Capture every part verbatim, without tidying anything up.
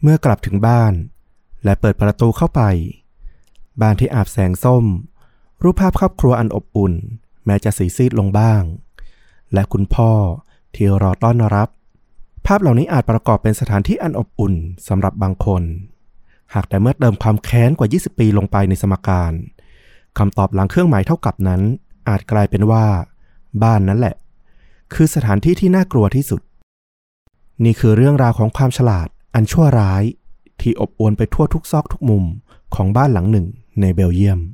เมื่อกลับถึงบ้านและเปิดประตูเข้าไปบ้านที่อาบแสงส้มรูปภาพครอบครัวอันอบอุ่นแม้จะสีซีดลงบ้างและคุณพ่อที่รอต้อนรับภาพเหล่านี้อาจประกอบเป็นสถานที่อันอบอุ่นสำหรับบางคนหากแต่เมื่อเติมความแค้นกว่ายี่สิบปีลงไปในสมการคำตอบหลังเครื่องหมายเท่ากับนั้นอาจกลายเป็นว่าบ้านนั้นแหละคือสถานที่ที่น่ากลัวที่สุดนี่คือเรื่องราวของความฉลาดอันชั่วร้ายที่อบอวลไปทั่วทุกซอกทุกมุมของบ้านหลังหนึ่งในเบลเยียม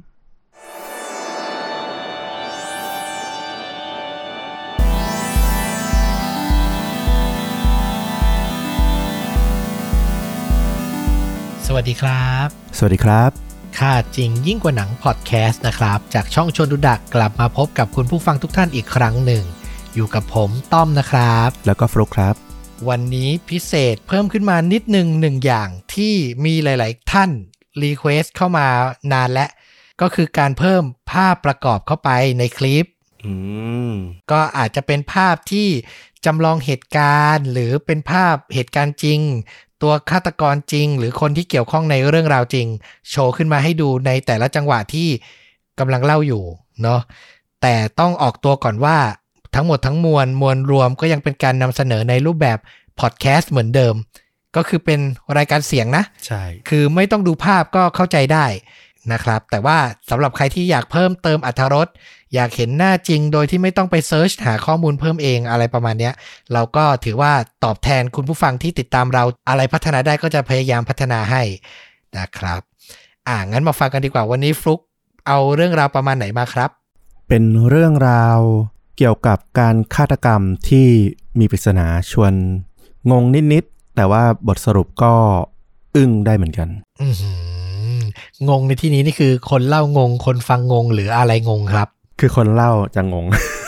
สวัสดีครับสวัสดีครับค่าจริงยิ่งกว่าหนังพอดแคสต์นะครับจากช่องชวนดูดักกลับมาพบกับคุณผู้ฟังทุกท่านอีกครั้งหนึ่งอยู่กับผมต้อมนะครับแล้วก็ฟลุ๊กครับวันนี้พิเศษเพิ่มขึ้นมานิดนึงหนึ่งอย่างที่มีหลายๆท่านรีเควสต์เข้ามานานแล้วก็คือการเพิ่มภาพประกอบเข้าไปในคลิปอืมก็อาจจะเป็นภาพที่จำลองเหตุการณ์หรือเป็นภาพเหตุการณ์จริงตัวฆาตกรจริงหรือคนที่เกี่ยวข้องในเรื่องราวจริงโชว์ขึ้นมาให้ดูในแต่ละจังหวะที่กำลังเล่าอยู่เนาะแต่ต้องออกตัวก่อนว่าทั้งหมดทั้งมวลมวลรวมก็ยังเป็นการนำเสนอในรูปแบบพอดแคสต์เหมือนเดิมก็คือเป็นรายการเสียงนะใช่คือไม่ต้องดูภาพก็เข้าใจได้นะครับแต่ว่าสำหรับใครที่อยากเพิ่มเติมอรรถรสอยากเห็นหน้าจริงโดยที่ไม่ต้องไปเซิร์ชหาข้อมูลเพิ่มเองอะไรประมาณนี้เราก็ถือว่าตอบแทนคุณผู้ฟังที่ติดตามเราอะไรพัฒนาได้ก็จะพยายามพัฒนาให้นะครับอ่างั้นมาฟังกันดีกว่าวันนี้ฟลุ๊กเอาเรื่องราวประมาณไหนมาครับเป็นเรื่องราวเกี่ยวกับการฆาตกรรมที่มีปริศนาชวนงงนิดๆแต่ว่าบทสรุปก็อึ้งได้เหมือนกันอื้อหืองงในที่นี้นี่คือคนเล่างงคนฟังงงหรืออะไรงงครับคือคนเล่าจะงง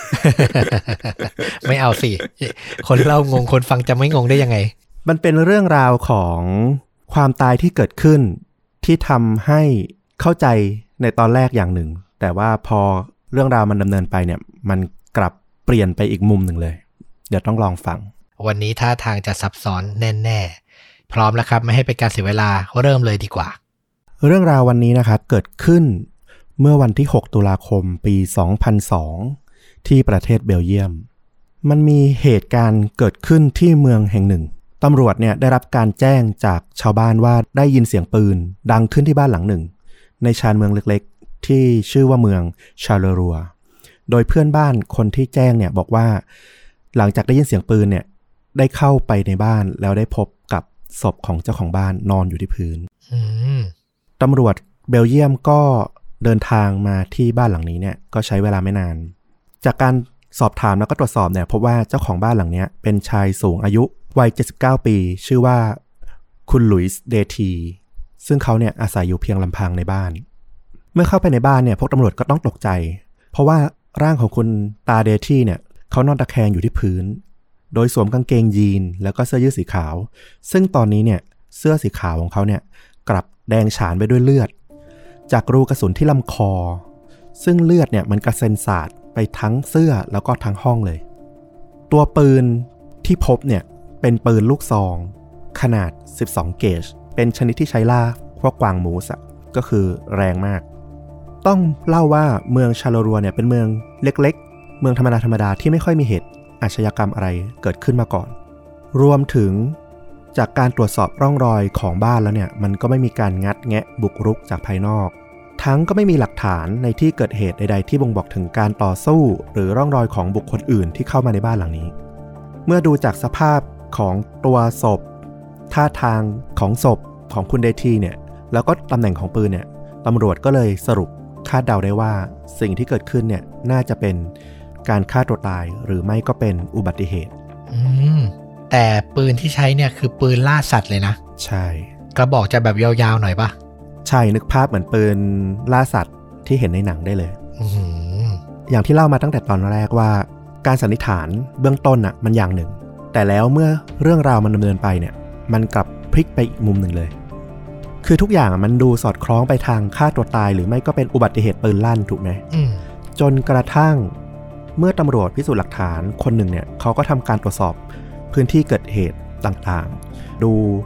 ไม่เอาสิคนเล่างงคนฟังจะไม่งงได้ยังไงมันเป็นเรื่องราวของความตายที่เกิดขึ้นที่ทำให้เข้าใจในตอนแรกอย่างหนึ่งแต่ว่าพอเรื่องราวมันดำเนินไปเนี่ยมันกลับเปลี่ยนไปอีกมุมหนึ่งเลยเดี๋ยวต้องลองฟังวันนี้ท่าทางจะซับซ้อนแน่ๆพร้อมแล้วครับไม่ให้เป็นการเสียเวลาเริ่มเลยดีกว่าเรื่องราววันนี้นะครับเกิดขึ้นเมื่อวันที่หกตุลาคมปีสองพันสองที่ประเทศเบลเยียมมันมีเหตุการณ์เกิดขึ้นที่เมืองแห่งหนึ่งตำรวจเนี่ยได้รับการแจ้งจากชาวบ้านว่าได้ยินเสียงปืนดังขึ้นที่บ้านหลังหนึ่งในชานเมืองเล็กๆที่ชื่อว่าเมืองชาเลรัวโดยเพื่อนบ้านคนที่แจ้งเนี่ยบอกว่าหลังจากได้ยินเสียงปืนเนี่ยได้เข้าไปในบ้านแล้วได้พบกับศพของเจ้าของบ้านนอนอยู่ที่พื้นตำรวจเบลเยียมก็เดินทางมาที่บ้านหลังนี้เนี่ยก็ใช้เวลาไม่นานจากการสอบถามแล้วก็ตรวจสอบเนี่ยพบว่าเจ้าของบ้านหลังนี้เป็นชายสูงอายุวัยเจ็ดสิบเก้าปีชื่อว่าคุณหลุยส์เดทีซึ่งเขาเนี่ยอาศัยอยู่เพียงลำพังในบ้านเมื่อเข้าไปในบ้านเนี่ยพวกตำรวจก็ต้องตกใจเพราะว่าร่างของคุณตาเดทีเนี่ยเขานอนตะแคงอยู่ที่พื้นโดยสวมกางเกงยีนแล้วก็เสื้อยืดสีขาวซึ่งตอนนี้เนี่ยเสื้อสีขาวของเขาเนี่ยกลับแดงฉานไปด้วยเลือดจากรูกระสุนที่ลำคอซึ่งเลือดเนี่ยมันกระเซ็นสาดไปทั้งเสื้อแล้วก็ทั้งห้องเลยตัวปืนที่พบเนี่ยเป็นปืนลูกซองขนาดสิบสองเกจเป็นชนิดที่ใช้ล่าพวกกวางมูสอะก็คือแรงมากต้องเล่าว่าเมืองชาโลรัวเนี่ยเป็นเมืองเล็กๆเมืองธรรมดาธรรมดาที่ไม่ค่อยมีเหตุอาชญากรรมอะไรเกิดขึ้นมาก่อนรวมถึงจากการตรวจสอบร่องรอยของบ้านแล้วเนี่ยมันก็ไม่มีการงัดแงะบุกรุกจากภายนอกทั้งก็ไม่มีหลักฐานในที่เกิดเหตุใดๆที่บ่งบอกถึงการต่อสู้หรือร่องรอยของบุคคลอื่นที่เข้ามาในบ้านหลังนี้เมื่อดูจากสภาพของตัวศพท่าทางของศพของคุณเดทีเนี่ยแล้วก็ตำแหน่งของปืนเนี่ยตำรวจก็เลยสรุปคาดเดาได้ว่าสิ่งที่เกิดขึ้นเนี่ยน่าจะเป็นการฆ่าตัวตายหรือไม่ก็เป็นอุบัติเหตุอืมแต่ปืนที่ใช้เนี่ยคือปืนล่าสัตว์เลยนะใช่กระบอกจะแบบยาวๆหน่อยป่ะใช่นึกภาพเหมือนปืนล่าสัตว์ที่เห็นในหนังได้เลยอ, อย่างที่เล่ามาตั้งแต่ตอนแรกว่าการสันนิษฐานเบื้องต้นน่ะมันอย่างหนึ่งแต่แล้วเมื่อเรื่องราวมันดำเนินไปเนี่ยมันกลับพลิกไปอีกมุมหนึ่งเลยคือทุกอย่างมันดูสอดคล้องไปทางฆ่าตัวตายหรือไม่ก็เป็นอุบัติเหตุปืนลั่นถูกไหมจนกระทั่งเมื่อตำรวจพิสูจน์หลักฐานคนหนึ่งเนี่ยเขาก็ทำการตรวจสอบพื้นที่เกิดเหตุต่างๆดูพ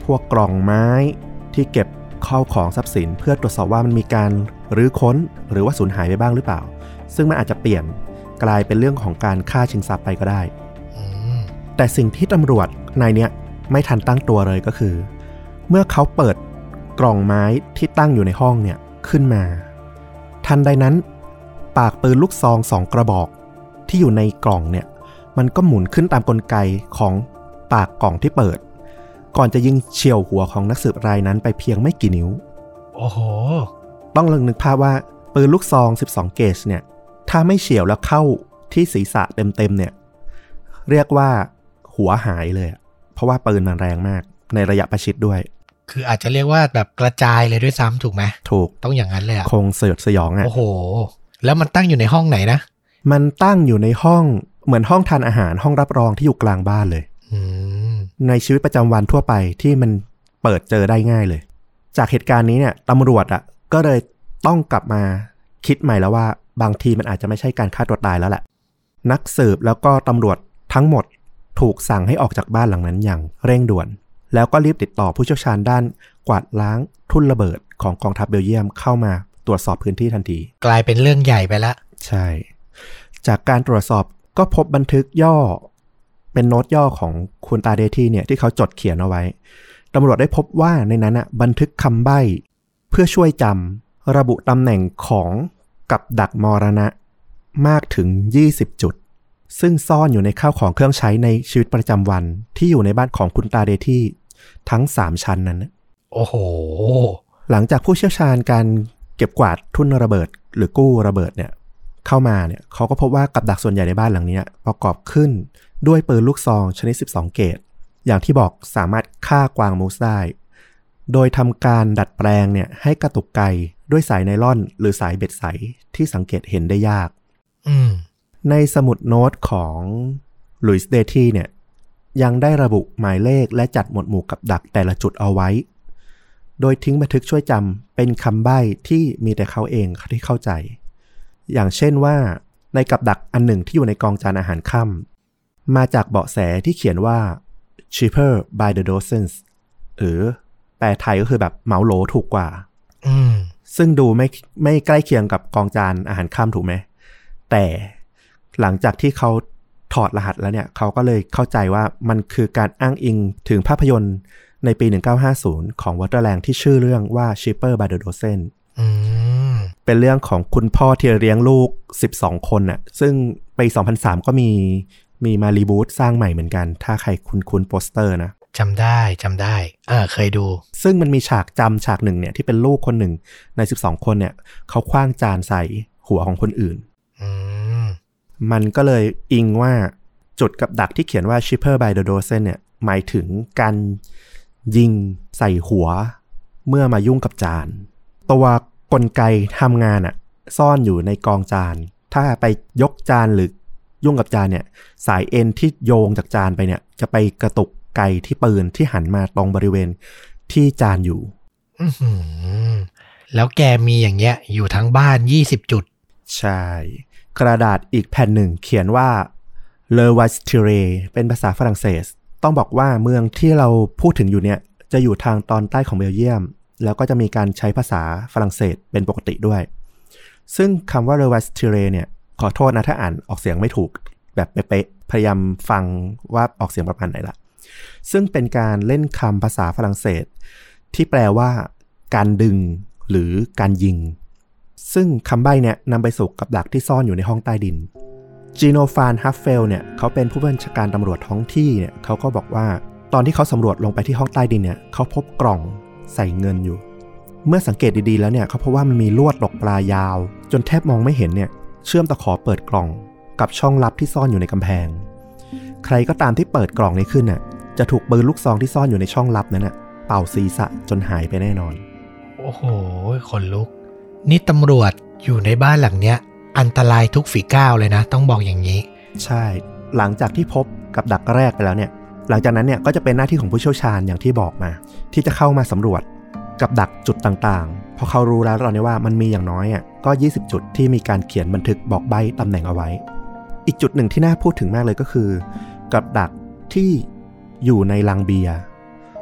วกกล่องไม้ที่เก็บข้าวของทรัพย์สินเพื่อตรวจสอบว่ามันมีการรื้อค้นหรือว่าสูญหายไปบ้างหรือเปล่าซึ่งมันอาจจะเปลี่ยนกลายเป็นเรื่องของการฆ่าชิงทรัพย์ไปก็ได้แต่สิ่งที่ตำรวจนายเนี้ยไม่ทันตั้งตัวเลยก็คือเมื่อเขาเปิดกล่องไม้ที่ตั้งอยู่ในห้องเนี่ยขึ้นมาทันใดนั้นปากปืนลูกซองสองกระบอกที่อยู่ในกล่องเนี่ยมันก็หมุนขึ้นตามกลไกของปากกล่องที่เปิดก่อนจะยิงเฉี่ยวหัวของนักสืบรายนั้นไปเพียงไม่กี่นิ้วโอ้โหต้องลองนึกภาพว่าปืนลูกซองสิบสองเกจเนี่ยถ้าไม่เฉี่ยวแล้วเข้าที่ศีรษะเต็มๆเนี่ยเรียกว่าหัวหายเลยเพราะว่าปืนมันแรงมากในระยะประชิดด้วยคืออาจจะเรียกว่าแบบกระจายเลยด้วยซ้ำถูกไหมถูกต้องอย่างนั้นเลยอ่ะคงสยดสยองอ่ะโอ้โหแล้วมันตั้งอยู่ในห้องไหนนะมันตั้งอยู่ในห้องเหมือนห้องทานอาหารห้องรับรองที่อยู่กลางบ้านเลยในชีวิตประจำวันทั่วไปที่มันเปิดเจอได้ง่ายเลยจากเหตุการณ์นี้เนี่ยตำรวจอ่ะก็เลยต้องกลับมาคิดใหม่แล้วว่าบางทีมันอาจจะไม่ใช่การฆ่าตัวตายแล้วแหละนักสืบแล้วก็ตำรวจทั้งหมดถูกสั่งให้ออกจากบ้านหลังนั้นอย่างเร่งด่วนแล้วก็รีบติดต่อผู้เชี่ยวชาญด้านกวาดล้างทุ่นระเบิดของกองทัพเบลเยียมเข้ามาตรวจสอบพื้นที่ทันทีกลายเป็นเรื่องใหญ่ไปละใช่จากการตรวจสอบก็พบบันทึกย่อเป็นโน้ตย่อของคุณตาเดที่เนี่ยที่เขาจดเขียนเอาไว้ตำรวจได้พบว่าในนั้นอ่ะบันทึกคำใบ้เพื่อช่วยจำระบุตำแหน่งของกับดักมรณะมากถึงยี่สิบจุดซึ่งซ่อนอยู่ในข้าวของเครื่องใช้ในชีวิตประจำวันที่อยู่ในบ้านของคุณตาเดที่ทั้งสามชั้นนั้นโอ้โหหลังจากผู้เชี่ยวชาญการเก็บกวาดทุ่นระเบิดหรือกู้ระเบิดเนี่ยเข้ามาเนี่ยเขาก็พบว่ากับดักส่วนใหญ่ในบ้านหลังนี้ประกอบขึ้นด้วยปืนลูกซองชนิดสิบสองเกจอย่างที่บอกสามารถฆ่ากวางมูสได้โดยทำการดัดแปลงเนี่ยให้กระตุกไกด้วยสายไนล่อนหรือสายเบ็ดใสที่สังเกตเห็นได้ยากในสมุดโน้ตของลุยส์เดที่เนี่ยยังได้ระบุหมายเลขและจัดหมวดหมู่กับดักแต่ละจุดเอาไว้โดยทิ้งบันทึกช่วยจำเป็นคำใบ้ที่มีแต่เขาเองที่เข้าใจอย่างเช่นว่าในกับดักอันหนึ่งที่อยู่ในกองจานอาหารค่ำมาจากเบาะแสที่เขียนว่า cheaper by the dozens หรือแปลไทยก็คือแบบเหมาโหลถูกกว่าซึ่งดูไม่ไม่ใกล้เคียงกับกองจานอาหารค่ำถูกไหมแต่หลังจากที่เขาถอดรหัสแล้วเนี่ยเขาก็เลยเข้าใจว่ามันคือการอ้างอิงถึงภาพยนตร์ในปีหนึ่งเก้าห้าศูนย์ของวอเตอร์แลนด์ที่ชื่อเรื่องว่า cheaper by the dozen เป็นเรื่องของคุณพ่อที่เลี้ยงลูกสิบสองคนน่ะซึ่งปีสองพันสามก็มีมีมารีบูทสร้างใหม่เหมือนกันถ้าใครคุ้นๆโปสเตอร์นะจำได้จำได้เออเคยดูซึ่งมันมีฉากจำฉากหนึ่งเนี่ยที่เป็นลูกคนหนึ่งในสิบสองคนเนี่ยเขาขว้างจานใส่หัวของคนอื่นมันก็เลยอิงว่าจุดกับดักที่เขียนว่า cheaper by the dozen เนี่ยหมายถึงการยิงใส่หัวเมื่อมายุ่งกับจานตัวกลไกทำงานอะซ่อนอยู่ในกองจานถ้าไปยกจานหรือยุ่งกับจานเนี่ยสายเอ็นที่โยงจากจานไปเนี่ยจะไปกระตุกไกที่ปืนที่หันมาตรงบริเวณที่จานอยู่แล้วแกมีอย่างเงี้ยอยู่ทั้งบ้านยี่สิบจุดใช่กระดาษอีกแผ่นหนึ่งเขียนว่า Le Vastire เป็นภาษาฝรั่งเศสต้องบอกว่าเมืองที่เราพูดถึงอยู่เนี่ยจะอยู่ทางตอนใต้ของเบลเยียมแล้วก็จะมีการใช้ภาษาฝรั่งเศสเป็นปกติด้วยซึ่งคำว่า Le Vastire เนี่ยขอโทษนะถ้าอ่านออกเสียงไม่ถูกแบบเป๊ะๆพยายามฟังว่าออกเสียงประมาณไหนละซึ่งเป็นการเล่นคำภาษาฝรั่งเศสที่แปลว่าการดึงหรือการยิงซึ่งคำใบ้เนี่ยนำไปสู่กับดักที่ซ่อนอยู่ในห้องใต้ดินจีโนฟานฮัฟเฟลเนี่ยเขาเป็นผู้บัญชาการตำรวจท้องที่เนี่ยเขาก็บอกว่าตอนที่เขาสำรวจลงไปที่ห้องใต้ดินเนี่ยเขาพบกล่องใส่เงินอยู่เมื่อสังเกตดีๆแล้วเนี่ยเขาพบว่ามันมีลวดตกปลายาวจนแทบมองไม่เห็นเนี่ยเชื่อมตะขอเปิดกล่องกับช่องลับที่ซ่อนอยู่ในกำแพงใครก็ตามที่เปิดกล่องนี้ขึ้นน่ะจะถูกปืนลูกซองที่ซ่อนอยู่ในช่องลับนั้นน่ะเป่าศีรษะจนหายไปแน่นอนโอ้โหขนลุกนี่ตำรวจอยู่ในบ้านหลังเนี้ยอันตรายทุกฝีก้าวเลยนะต้องบอกอย่างนี้ใช่หลังจากที่พบกับดักแรกไปแล้วเนี่ยหลังจากนั้นเนี่ยก็จะเป็นหน้าที่ของผู้เชี่ยวชาญอย่างที่บอกมาที่จะเข้ามาสำรวจกับดักจุดต่างๆพอเขารู้แล้วตอนนี้ว่ามันมีอย่างน้อยอ่ะก็ยี่สิบจุดที่มีการเขียนบันทึกบอกใบ้ตำแหน่งเอาไว้อีกจุดหนึ่งที่น่าพูดถึงมากเลยก็คือกับดักที่อยู่ในลังเบียร์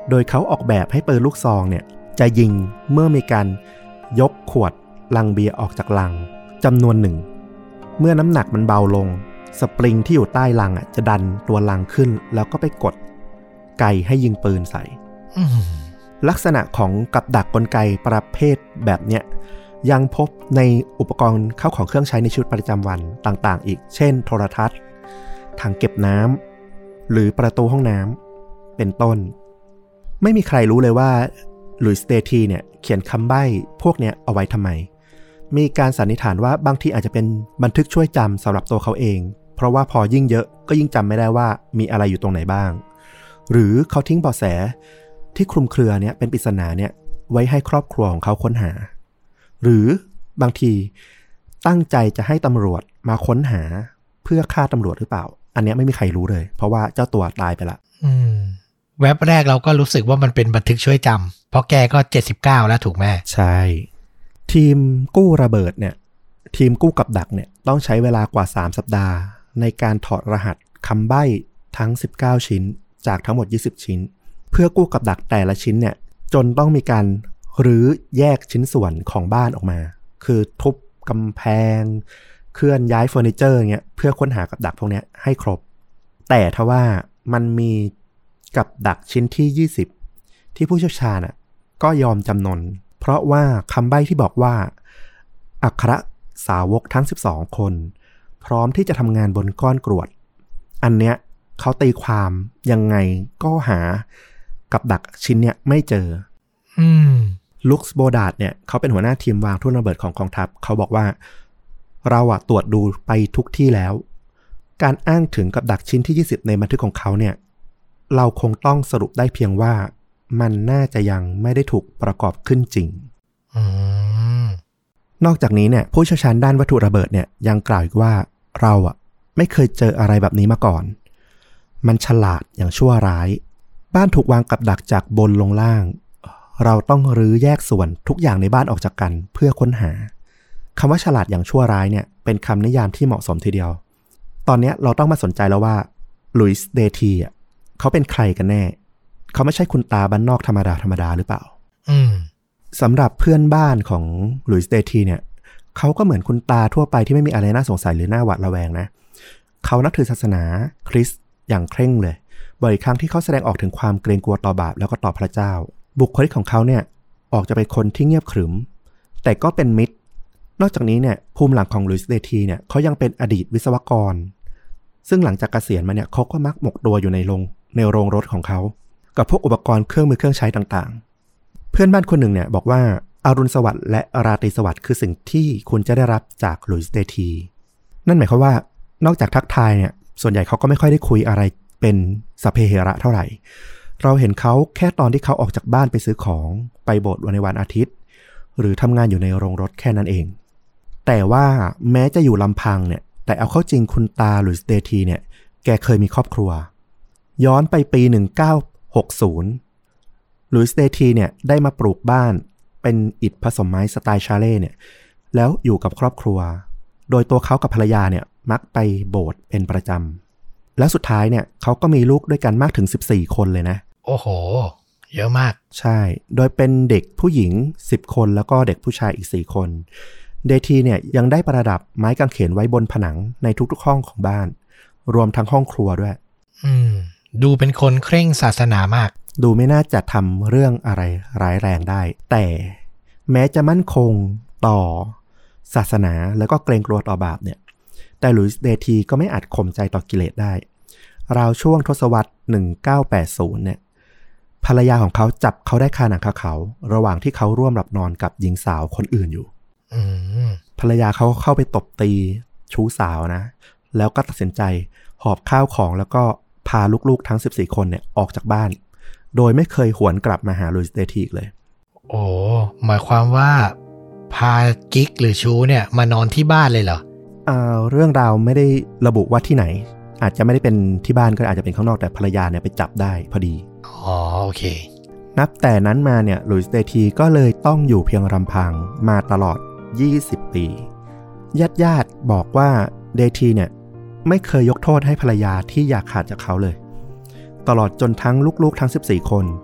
โดยเขาออกแบบให้ปืนลูกซองเนี่ยจะยิงเมื่อมีการยกขวดลังเบียร์ออกจากลังจำนวนหนึ่งเมื่อน้ำหนักมันเบาลงสปริงที่อยู่ใต้ลังอ่ะจะดันตัวลังขึ้นแล้วก็ไปกดไกให้ยิงปืนใส่ลักษณะของกับดักกลไกประเภทแบบเนี้ยยังพบในอุปกรณ์เข้าของเครื่องใช้ในชีวิตประจำวันต่างๆอีกเช่นโทรทัศน์ถังเก็บน้ำหรือประตูห้องน้ำเป็นต้นไม่มีใครรู้เลยว่าหลุยส์เดทีเนี่ยเขียนคำใบ้พวกเนี้ยเอาไว้ทำไมมีการสันนิษฐานว่าบางทีอาจจะเป็นบันทึกช่วยจำสำหรับตัวเขาเองเพราะว่าพอยิ่งเยอะก็ยิ่งจำไม่ได้ว่ามีอะไรอยู่ตรงไหนบ้างหรือเขาทิ้งเบาะแสที่คลุมเครือเนี่ยเป็นปริศนาเนี่ยไว้ให้ครอบครัวของเขาค้นหาหรือบางทีตั้งใจจะให้ตำรวจมาค้นหาเพื่อฆ่าตำรวจหรือเปล่าอันนี้ไม่มีใครรู้เลยเพราะว่าเจ้าตัวตายไปละอืมแว็บแรกเราก็รู้สึกว่ามันเป็นบันทึกช่วยจำเพราะแกก็เจ็ดสิบเก้าแล้วถูกไหมใช่ทีมกู้ระเบิดเนี่ยทีมกู้กับดักเนี่ยต้องใช้เวลากว่าสามสัปดาห์ในการถอดรหัสคำใบ้ทั้งสิบเก้าชิ้นจากทั้งหมดยี่สิบชิ้นเพื่อกู้กับดักแต่ละชิ้นเนี่ยจนต้องมีการรื้อแยกชิ้นส่วนของบ้านออกมาคือทุบกำแพงเคลื่อนย้ายเฟอร์นิเจอร์เงี้ยเพื่อค้นหากับดักพวกนี้ให้ครบแต่ทว่ามันมีกับดักชิ้นที่ยี่สิบที่ผู้เชี่ยวชาญอ่ะก็ยอมจำนนเพราะว่าคำใบ้ที่บอกว่าอัครสาวกทั้งสิบสองคนพร้อมที่จะทำงานบนก้อนกรวดอันเนี้ยเขาตีความยังไงก็หากับดักชิ้นเนี้ยไม่เจออืมลุคส์โบดาร์ดเนี่ยเขาเป็นหัวหน้าทีมวางทุ่นระเบิดของกองทัพเขาบอกว่าเราอะตรวจดูไปทุกที่แล้วการอ้างถึงกับดักชิ้นที่ยี่สิบในบันทึกของเขาเนี่ยเราคงต้องสรุปได้เพียงว่ามันน่าจะยังไม่ได้ถูกประกอบขึ้นจริงอืมนอกจากนี้เนี่ยผู้เชี่ยวชาญด้านวัตถุระเบิดเนี่ยยังกล่าวอีกว่าเราอะไม่เคยเจออะไรแบบนี้มาก่อนมันฉลาดอย่างชั่วร้ายบ้านถูกวางกับดักจากบนลงล่างเราต้องรื้อแยกส่วนทุกอย่างในบ้านออกจากกันเพื่อค้นหาคำว่าฉลาดอย่างชั่วร้ายเนี่ยเป็นคำนิยามที่เหมาะสมทีเดียวตอนนี้เราต้องมาสนใจแล้วว่าหลุยส์เดทีอ่ะเขาเป็นใครกันแน่เขาไม่ใช่คุณตาบ้านนอกธรรมดาธรรมดาหรือเปล่าอืมสำหรับเพื่อนบ้านของหลุยส์เดทีเนี่ยเขาก็เหมือนคุณตาทั่วไปที่ไม่มีอะไรน่าสงสัยหรือน่าหวาดระแวงนะเขานับถือศาสนาคริสต์อย่างเคร่งเลยบ่อยครั้งที่เขาแสดงออกถึงความเกรงกลัวต่อบาปแล้วก็ต่อพระเจ้าบุคลิกของเขาเนี่ยออกจะเป็นคนที่เงียบขรึมแต่ก็เป็นมิตรนอกจากนี้เนี่ยภูมิหลังของหลุยส์เดทีเนี่ยเขายังเป็นอดีตวิศวกรซึ่งหลังจากเกษียณมาเนี่ยเขาก็มักหมกตัวอยู่ในโรงในโรงรถของเขากับพวกอุปกรณ์เครื่องมือเครื่องใช้ต่างๆเพื่อนบ้านคนหนึ่งเนี่ยบอกว่าอรุณสวัสดิ์และราตรีสวัสดิ์คือสิ่งที่คุณจะได้รับจากหลุยส์เดทีนั่นหมายความว่านอกจากทักทายเนี่ยส่วนใหญ่เขาก็ไม่ค่อยได้คุยอะไรเป็นสัพเพเหระเท่าไหร่เราเห็นเขาแค่ตอนที่เขาออกจากบ้านไปซื้อของไปโบสถ์วันในวันอาทิตย์หรือทำงานอยู่ในโรงรถแค่นั้นเองแต่ว่าแม้จะอยู่ลำพังเนี่ยแต่เอาเข้าจริงคุณตาหลุยส์เดทีเนี่ยแกเคยมีครอบครัวย้อนไปปีหนึ่งเก้าหกศูนย์หลุยส์เดทีเนี่ยได้มาปลูกบ้านเป็นอิฐผสมไม้สไตล์ชาเล่เนี่ยแล้วอยู่กับครอบครัวโดยตัวเขากับภรรยาเนี่ยมักไปโบสถ์เป็นประจำแล้วสุดท้ายเนี่ยเขาก็มีลูกด้วยกันมากถึงสิบสี่คนเลยนะโอ้โหเยอะมากใช่โดยเป็นเด็กผู้หญิงสิบคนแล้วก็เด็กผู้ชายอีกสี่คนเดทีเนี่ยยังได้ประดับไม้กางเขนไว้บนผนังในทุกๆห้องของบ้านรวมทั้งห้องครัวด้วยอืมดูเป็นคนเคร่งศาสนามากดูไม่น่าจะทำเรื่องอะไรร้ายแรงได้แต่แม้จะมั่นคงต่อศาสนาแล้วก็เกรงกลัวต่อบาปเนี่ยแต่หลุยส์เดทีก็ไม่อาจข่มใจต่อกิเลสได้ราวช่วงทศวรรษหนึ่งเก้าแปดศูนย์เนี่ยภรรยาของเขาจับเขาได้คาหนังคาเขาระหว่างที่เขาร่วมหลับนอนกับหญิงสาวคนอื่นอยู่ภรรยาเขาเข้าไปตบตีชู้สาวนะแล้วก็ตัดสินใจหอบข้าวของแล้วก็พาลูกๆทั้งสิบสี่คนเนี่ยออกจากบ้านโดยไม่เคยหวนกลับมาหาหลุยส์เดทีอีกเลยโอ้หมายความว่าพากิ๊กหรือชู้เนี่ยมานอนที่บ้านเลยเหรออ่าเรื่องราวไม่ได้ระบุว่าที่ไหนอาจจะไม่ได้เป็นที่บ้านก็อาจจะเป็นข้างนอกแต่ภรรยาเนี่ยไปจับได้พอดีอ๋อโอเคนับแต่นั้นมาเนี่ยหลุยส์เดทีก็เลยต้องอยู่เพียงลำพังมาตลอดยี่สิบปีญาติๆบอกว่าเดทีเนี่ยไม่เคยยกโทษให้ภรรยาที่อยากขาดจากเขาเลยตลอดจนทั้งลูกๆทั้งสิบสี่คน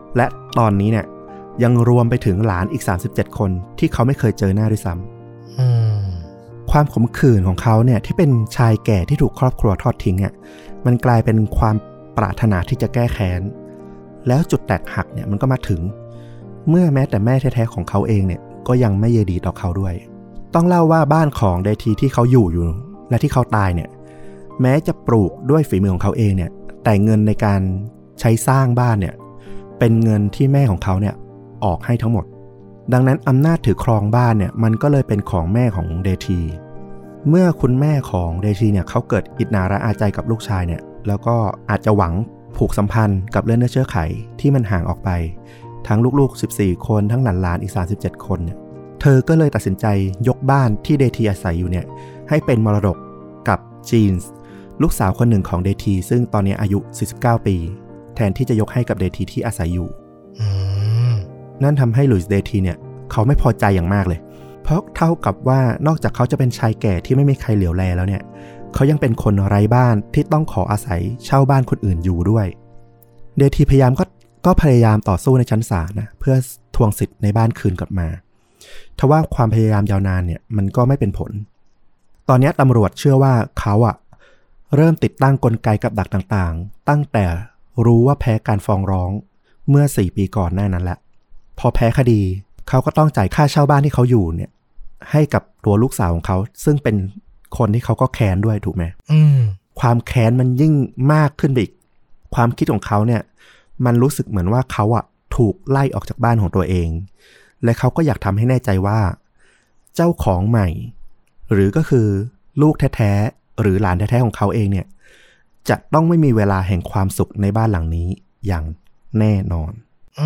และตอนนี้เนี่ยยังรวมไปถึงหลานอีกสามสิบเจ็ดคนที่เขาไม่เคยเจอหน้าด้วยซ้ำความขมขื่นของเขาเนี่ยที่เป็นชายแก่ที่ถูกครอบครัวทอดทิ้งอ่ะมันกลายเป็นความปรารถนาที่จะแก้แค้นแล้วจุดแตกหักเนี่ยมันก็มาถึงเมื่อแม้แต่แม่แท้ๆของเขาเองเนี่ยก็ยังไม่เยดีต่อเขาด้วยต้องเล่าว่าบ้านของเดทีที่เขาอยู่อยู่และที่เขาตายเนี่ยแม้จะปลูกด้วยฝีมือของเขาเองเนี่ยแต่เงินในการใช้สร้างบ้านเนี่ยเป็นเงินที่แม่ของเขาเนี่ยออกให้ทั้งหมดดังนั้นอำนาจถือครองบ้านเนี่ยมันก็เลยเป็นของแม่ของเดทีเมื่อคุณแม่ของเดทีเนี่ยเขาเกิดอิจนาระอาใจกับลูกชายเนี่ยแล้วก็อาจจะหวังผูกสัมพันธ์กับเลือดเนื้อเชื้อไขที่มันห่างออกไปทั้งลูกๆสิบสี่คนทั้งหลานๆอีกสามสิบเจ็ดคนเนี่ยเธอก็เลยตัดสินใจยกบ้านที่เดทีอาศัยอยู่เนี่ยให้เป็นมรดกกับจีนส์ลูกสาวคนหนึ่งของเดทีซึ่งตอนนี้อายุสี่สิบเก้าปีแทนที่จะยกให้กับเดทีที่อาศัยอยู่นั่นทำให้หลุยส์เดทีเนี่ยเขาไม่พอใจอย่างมากเลยเพราะเท่ากับว่านอกจากเขาจะเป็นชายแก่ที่ไม่มีใครเหลียวแลแล้วเนี่ยเขายังเป็นคนไร้บ้านที่ต้องขออาศัยเช่าบ้านคนอื่นอยู่ด้วยเดทีพยายามก็ก็พยายามต่อสู้ในชั้นศาลนะเพื่อทวงสิทธิ์ในบ้านคืนกลับมาทว่าความพยายามยาวนานเนี่ยมันก็ไม่เป็นผลตอนนี้ตำรวจเชื่อว่าเขาอะเริ่มติดตั้งกลไกกับดักต่างๆตั้งแต่รู้ว่าแพ้การฟ้องร้องเมื่อสี่ปีก่อนหน้านั้นแหละพอแพ้คดีเขาก็ต้องจ่ายค่าเช่าบ้านที่เขาอยู่เนี่ยให้กับตัวลูกสาวของเขาซึ่งเป็นคนที่เขาก็แค้นด้วยถูกไหมความแค้นมันยิ่งมากขึ้นไปอีกความคิดของเขาเนี่ยมันรู้สึกเหมือนว่าเขาอะถูกไล่ออกจากบ้านของตัวเองและเขาก็อยากทำให้แน่ใจว่าเจ้าของใหม่หรือก็คือลูกแท้ๆหรือหลานแท้ๆของเขาเองเนี่ยจะต้องไม่มีเวลาแห่งความสุขในบ้านหลังนี้อย่างแน่นอน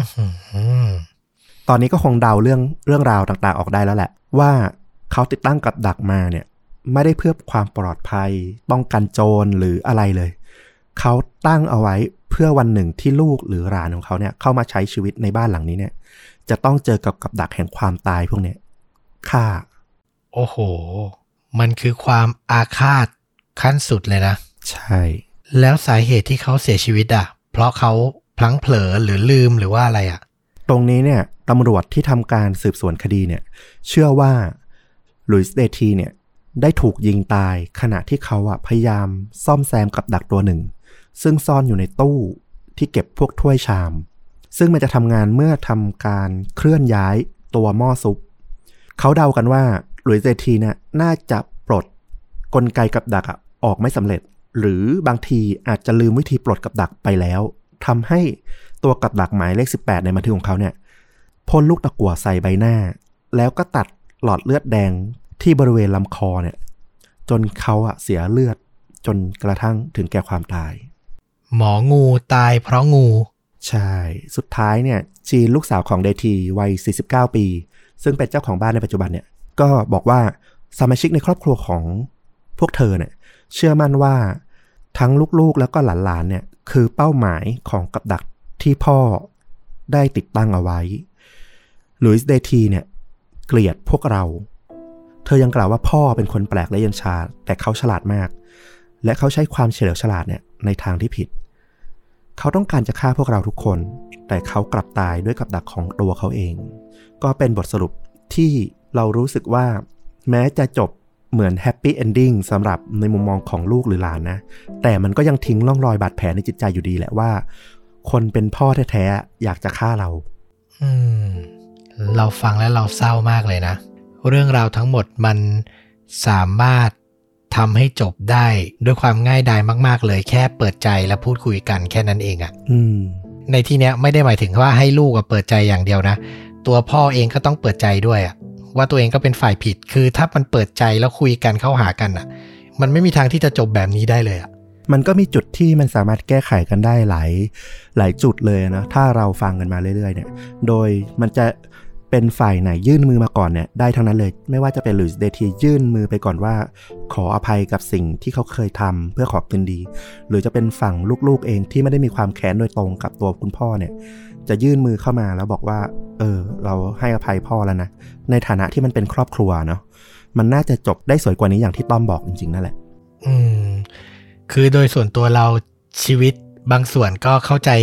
ตอนนี้ก็คงเดาเรื่องเรื่องราวต่างๆออกได้แล้วแหละว่าเขาติดตั้งกับดักมาเนี่ยไม่ได้เพื่อความปลอดภัยป้องกันโจรหรืออะไรเลยเขาตั้งเอาไว้เพื่อวันหนึ่งที่ลูกหรือหลานของเขาเนี่ยเข้ามาใช้ชีวิตในบ้านหลังนี้เนี่ยจะต้องเจอกับกับดักแห่งความตายพวกเนี้ยฆ่าโอ้โหมันคือความอาฆาตขั้นสุดเลยนะใช่แล้วสาเหตุที่เขาเสียชีวิตอ่ะเพราะเขาพลั้งเผลอหรือลืมหรือว่าอะไรอ่ะตรงนี้เนี่ยตำรวจที่ทำการสืบสวนคดีเนี่ยเชื่อว่าหลุยส์เดทีเนี่ยได้ถูกยิงตายขณะที่เขาอ่ะพยายามซ่อมแซมกับดักตัวหนึ่งซึ่งซ่อนอยู่ในตู้ที่เก็บพวกถ้วยชามซึ่งมันจะทำงานเมื่อทำการเคลื่อนย้ายตัวหม้อซุปเขาเดากันว่าหลุยส์เดทีเนี่ยน่าจะปลดกลไกกับดักอ่ะออกไม่สำเร็จหรือบางทีอาจจะลืมวิธีปลดกับดักไปแล้วทำให้ตัวกับดักหมายเลขสิบแปดในบันทึกของเขาเนี่ยพ่นลูกตะกั่วใส่ใบหน้าแล้วก็ตัดหลอดเลือดแดงที่บริเวณลำคอเนี่ยจนเขาอะเสียเลือดจนกระทั่งถึงแก่ความตายหมองูตายเพราะงูใช่สุดท้ายเนี่ยจีนลูกสาวของเดทีวัยสี่สิบเก้าปีซึ่งเป็นเจ้าของบ้านในปัจจุบันเนี่ยก็บอกว่าสมาชิกในครอบครัวของพวกเธอเนี่ยเชื่อมั่นว่าทั้งลูกๆแล้วก็หลานๆเนี่ยคือเป้าหมายของกับดักที่พ่อได้ติดตั้งเอาไว้หลุยส์เดทีเนี่ยเกลียดพวกเราเธอยังกล่าวว่าพ่อเป็นคนแปลกและยังชาแต่เขาฉลาดมากและเขาใช้ความเฉลียวฉลาดเนี่ยในทางที่ผิดเขาต้องการจะฆ่าพวกเราทุกคนแต่เขากลับตายด้วยกับดักของตัวเขาเองก็เป็นบทสรุปที่เรารู้สึกว่าแม้จะจบเหมือนแฮปปี้เอนดิ้งสำหรับในมุมมองของลูกหรือหลานนะแต่มันก็ยังทิ้งร่องรอยบาดแผลในจิตใจอยู่ดีแหละว่าคนเป็นพ่อแท้ๆอยากจะฆ่าเราอืมเราฟังแล้วเราเศร้ามากเลยนะเรื่องราวทั้งหมดมันสามารถทำให้จบได้ด้วยความง่ายดายมากๆเลยแค่เปิดใจและพูดคุยกันแค่นั้นเองอะ่ะในที่เนี้ยไม่ได้หมายถึงว่าให้ลูกเปิดใจอย่างเดียวนะตัวพ่อเองก็ต้องเปิดใจด้วยอะ่ะว่าตัวเองก็เป็นฝ่ายผิดคือถ้ามันเปิดใจแล้วคุยกันเข้าหากันอ่ะมันไม่มีทางที่จะจบแบบนี้ได้เลยอ่ะมันก็มีจุดที่มันสามารถแก้ไขกันได้หลายหลายจุดเลยนะถ้าเราฟังกันมาเรื่อยๆเนี่ยโดยมันจะเป็นฝ่ายไหนยื่นมือมาก่อนเนี่ยได้ทั้งนั้นเลยไม่ว่าจะเป็นหลุยส์เดทียื่นมือไปก่อนว่าขออภัยกับสิ่งที่เขาเคยทำเพื่อขอคืนดีหรือจะเป็นฝั่งลูกๆเองที่ไม่ได้มีความแค้นโดยตรงกับตัวคุณพ่อเนี่ยจะยื่นมือเข้ามาแล้วบอกว่าเออเราให้อภัยพ่อแล้วนะในฐานะที่มันเป็นครอบครัวเนาะมันน่าจะจบได้สวยกว่านี้อย่างที่ต้อมบอกจริงๆนั่นแหละอืมคือโดยส่วนตัวเราชีวิตบางส่วนก็เข้าใจ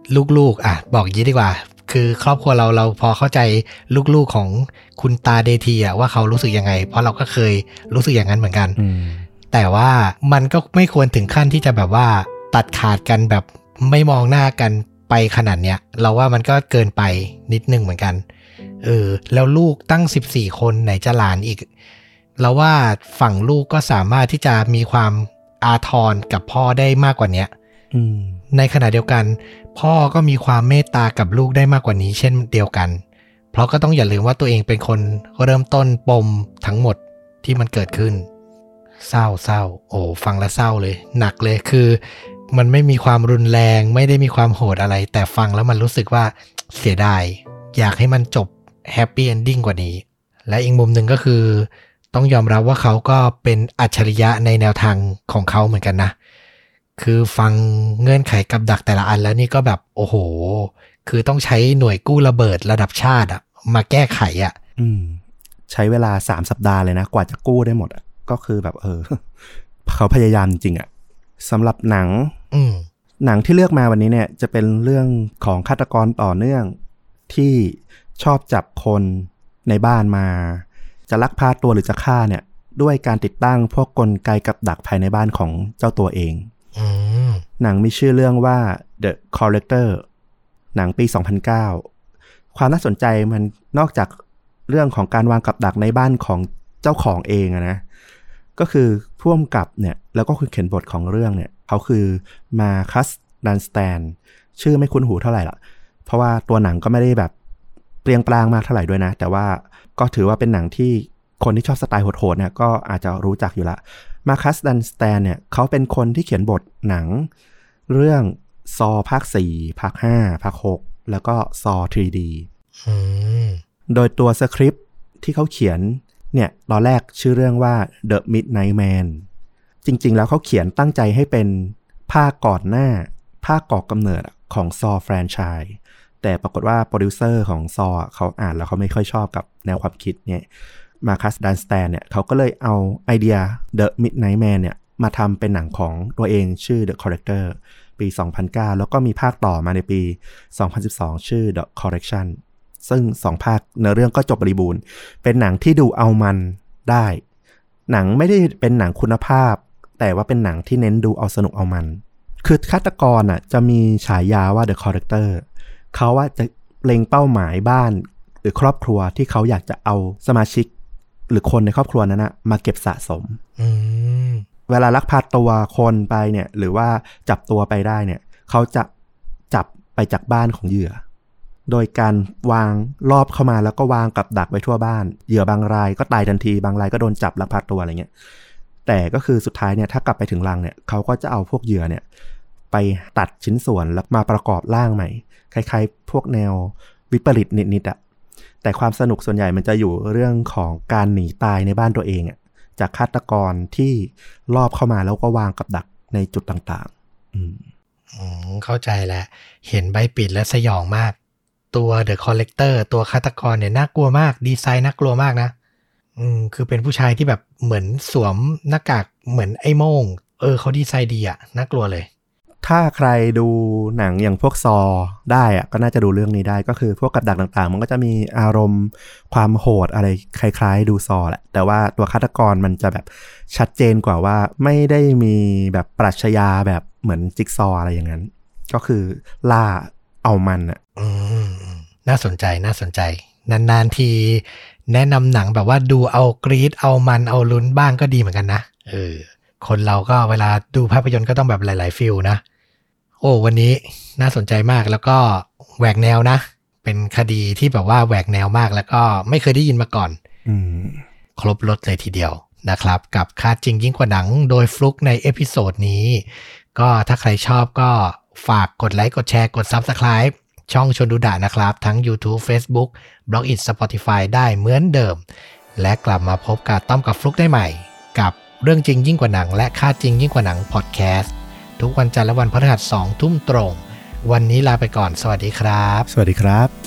ลูกๆอ่ะบอกอย่างนี้ดีกว่าคือครอบครัวเราเราพอเข้าใจลูกๆของคุณตาเดทีอ่ะว่าเขารู้สึกยังไงเพราะเราก็เคยรู้สึกอย่างนั้นเหมือนกันแต่ว่ามันก็ไม่ควรถึงขั้นที่จะแบบว่าตัดขาดกันแบบไม่มองหน้ากันไปขนาดเนี้ยเราว่ามันก็เกินไปนิดนึงเหมือนกันเออแล้วลูกตั้งสิบสี่คนไหนจะหลานอีกเราว่าฝั่งลูกก็สามารถที่จะมีความอาทรกับพ่อได้มากกว่านี้ในขณะเดียวกันพ่อก็มีความเมตตากับลูกได้มากกว่านี้เช่นเดียวกันเพราะก็ต้องอย่าลืมว่าตัวเองเป็นคนเริ่มต้นปมทั้งหมดที่มันเกิดขึ้นเศร้าเศร้าโอ้ฟังแล้วเศร้าเลยหนักเลยคือมันไม่มีความรุนแรงไม่ได้มีความโหดอะไรแต่ฟังแล้วมันรู้สึกว่าเสียดายอยากให้มันจบแฮปปี้เอนดิ้งกว่านี้และอีกมุมหนึ่งก็คือต้องยอมรับว่าเขาก็เป็นอัจฉริยะในแนวทางของเขาเหมือนกันนะคือฟังเงื่อนไขกับดักแต่ละอันแล้วนี่ก็แบบโอ้โหคือต้องใช้หน่วยกู้ระเบิดระดับชาติอะมาแก้ไขอะอืมใช้เวลาสามสัปดาห์เลยนะกว่าจะกู้ได้หมดอะก็คือแบบเออ เขาพยายามจริงอะสำหรับหนังอืมหนังที่เลือกมาวันนี้เนี่ยจะเป็นเรื่องของฆาตกรต่อเนื่องที่ชอบจับคนในบ้านมาจะลักพาตัวหรือจะฆ่าเนี่ยด้วยการติดตั้งพวกกลไกกับดักภายในบ้านของเจ้าตัวเองหนังมีชื่อเรื่องว่า The Collector หนังปีสองพันเก้าความน่าสนใจมันนอกจากเรื่องของการวางกับดักในบ้านของเจ้าของเองอะนะก็คือผู้กำกับเนี่ยแล้วก็คนเขียนบทของเรื่องเนี่ยเขาคือมาคัสดันสแตนชื่อไม่คุ้นหูเท่าไหร่ละเพราะว่าตัวหนังก็ไม่ได้แบบเปรียงปร้างมากเท่าไหร่ด้วยนะแต่ว่าก็ถือว่าเป็นหนังที่คนที่ชอบสไตล์โหดๆเนี่ยก็อาจจะรู้จักอยู่ละมาคัสดันสแตนเนี่ยเขาเป็นคนที่เขียนบทหนังเรื่องซอภาคสี่ภาคห้าภาคหกแล้วก็ซอ ทรี ดี โดยตัวสคริปต์ที่เขาเขียนเนี่ยตอนแรกชื่อเรื่องว่า The Midnight Man จริงๆแล้วเขาเขียนตั้งใจให้เป็นภาคก่อนหน้าภาคก่อกำเนิดของซอแฟรนไชส์แต่ปรากฏว่าโปรดิวเซอร์ของซอเขาอ่านแล้วเขาไม่ค่อยชอบกับแนวความคิดเนี่ยมาคัสดันสแตนเนี่ยเขาก็เลยเอาไอเดีย The Midnight Man เนี่ยมาทำเป็นหนังของตัวเองชื่อ The Collector ปีสองพันเก้าแล้วก็มีภาคต่อมาในปีสองพันสิบสองชื่อ The Correction ซึ่งสองภาคเนื้อเรื่องก็จบบริบูรณ์เป็นหนังที่ดูเอามันได้หนังไม่ได้เป็นหนังคุณภาพแต่ว่าเป็นหนังที่เน้นดูเอาสนุกเอามันคือฆาตกรอ่ะจะมีฉายาว่า The Collector เขาว่าจะเล็งเป้าหมายบ้านหรือครอบครัวที่เขาอยากจะเอาสมาชิกหรือคนในครอบครัวนั้นนะมาเก็บสะสมเวลาลักพาตัวคนไปเนี่ยหรือว่าจับตัวไปได้เนี่ยเขาจะจับไปจากบ้านของเหยื่อโดยการวางรอบเข้ามาแล้วก็วางกับดักไว้ทั่วบ้านเหยื่อบางรายก็ตายทันทีบางรายก็โดนจับลักพาตัวอะไรเงี้ยแต่ก็คือสุดท้ายเนี่ยถ้ากลับไปถึงรังเนี่ยเขาก็จะเอาพวกเหยื่อเนี่ยไปตัดชิ้นส่วนแล้วมาประกอบร่างใหม่คล้ายๆพวกแนววิปริตนิดๆอ่ะแต่ความสนุกส่วนใหญ่มันจะอยู่เรื่องของการหนีตายในบ้านตัวเองอ่ะจากฆาตกรที่ลอบเข้ามาแล้วก็วางกับดักในจุดต่างๆอืมอืมเข้าใจแล้วเห็นใบปิดแล้วสยองมากตัว The Collector ตัวฆาตกรเนี่ยน่ากลัวมากดีไซน์น่ากลัวมากนะอืมคือเป็นผู้ชายที่แบบเหมือนสวมหน้ากากเหมือนไอ้โม่งเออเขาดีไซน์ดีอะน่ากลัวเลยถ้าใครดูหนังอย่างพวกซอได้อะก็น่าจะดูเรื่องนี้ได้ก็คือพวกกับดักต่างๆมันก็จะมีอารมณ์ความโหดอะไรคล้ายๆดูซอแหละแต่ว่าตัวฆาตกรมันจะแบบชัดเจนกว่าว่าไม่ได้มีแบบปรัชญาแบบเหมือนจิ๊กซออะไรอย่างนั้นก็คือล่าเอามันอ่ะอืมน่าสนใจน่าสนใจนานๆทีแนะนำหนังแบบว่าดูเอากรี๊ดเอามันเอาลุ้นบ้างก็ดีเหมือนกันนะเออคนเราก็เวลาดูภาพยนตร์ก็ต้องแบบหลายๆฟิลนะโอ้วันนี้น่าสนใจมากแล้วก็แหวกแนวนะเป็นคดีที่แบบว่าแหวกแนวมากแล้วก็ไม่เคยได้ยินมาก่อนอืมครบรสเลยทีเดียวนะครับกับค่าจริงยิ่งกว่าหนังโดยฟลุกในเอพิโซดนี้ก็ถ้าใครชอบก็ฝากกดไลค์กดแชร์กด Subscribe ช่องชวนดูดะนะครับทั้ง YouTube Facebook Blogit Spotify ได้เหมือนเดิมและกลับมาพบกับต้อมกับฟลุกได้ใหม่กับเรื่องจริงยิ่งกว่าหนังและค่าจริงยิ่งกว่าหนังพอดแคสต์ทุกวันจันทร์และวันพฤหัสสองทุ่มตรงวันนี้ลาไปก่อนสวัสดีครับสวัสดีครับ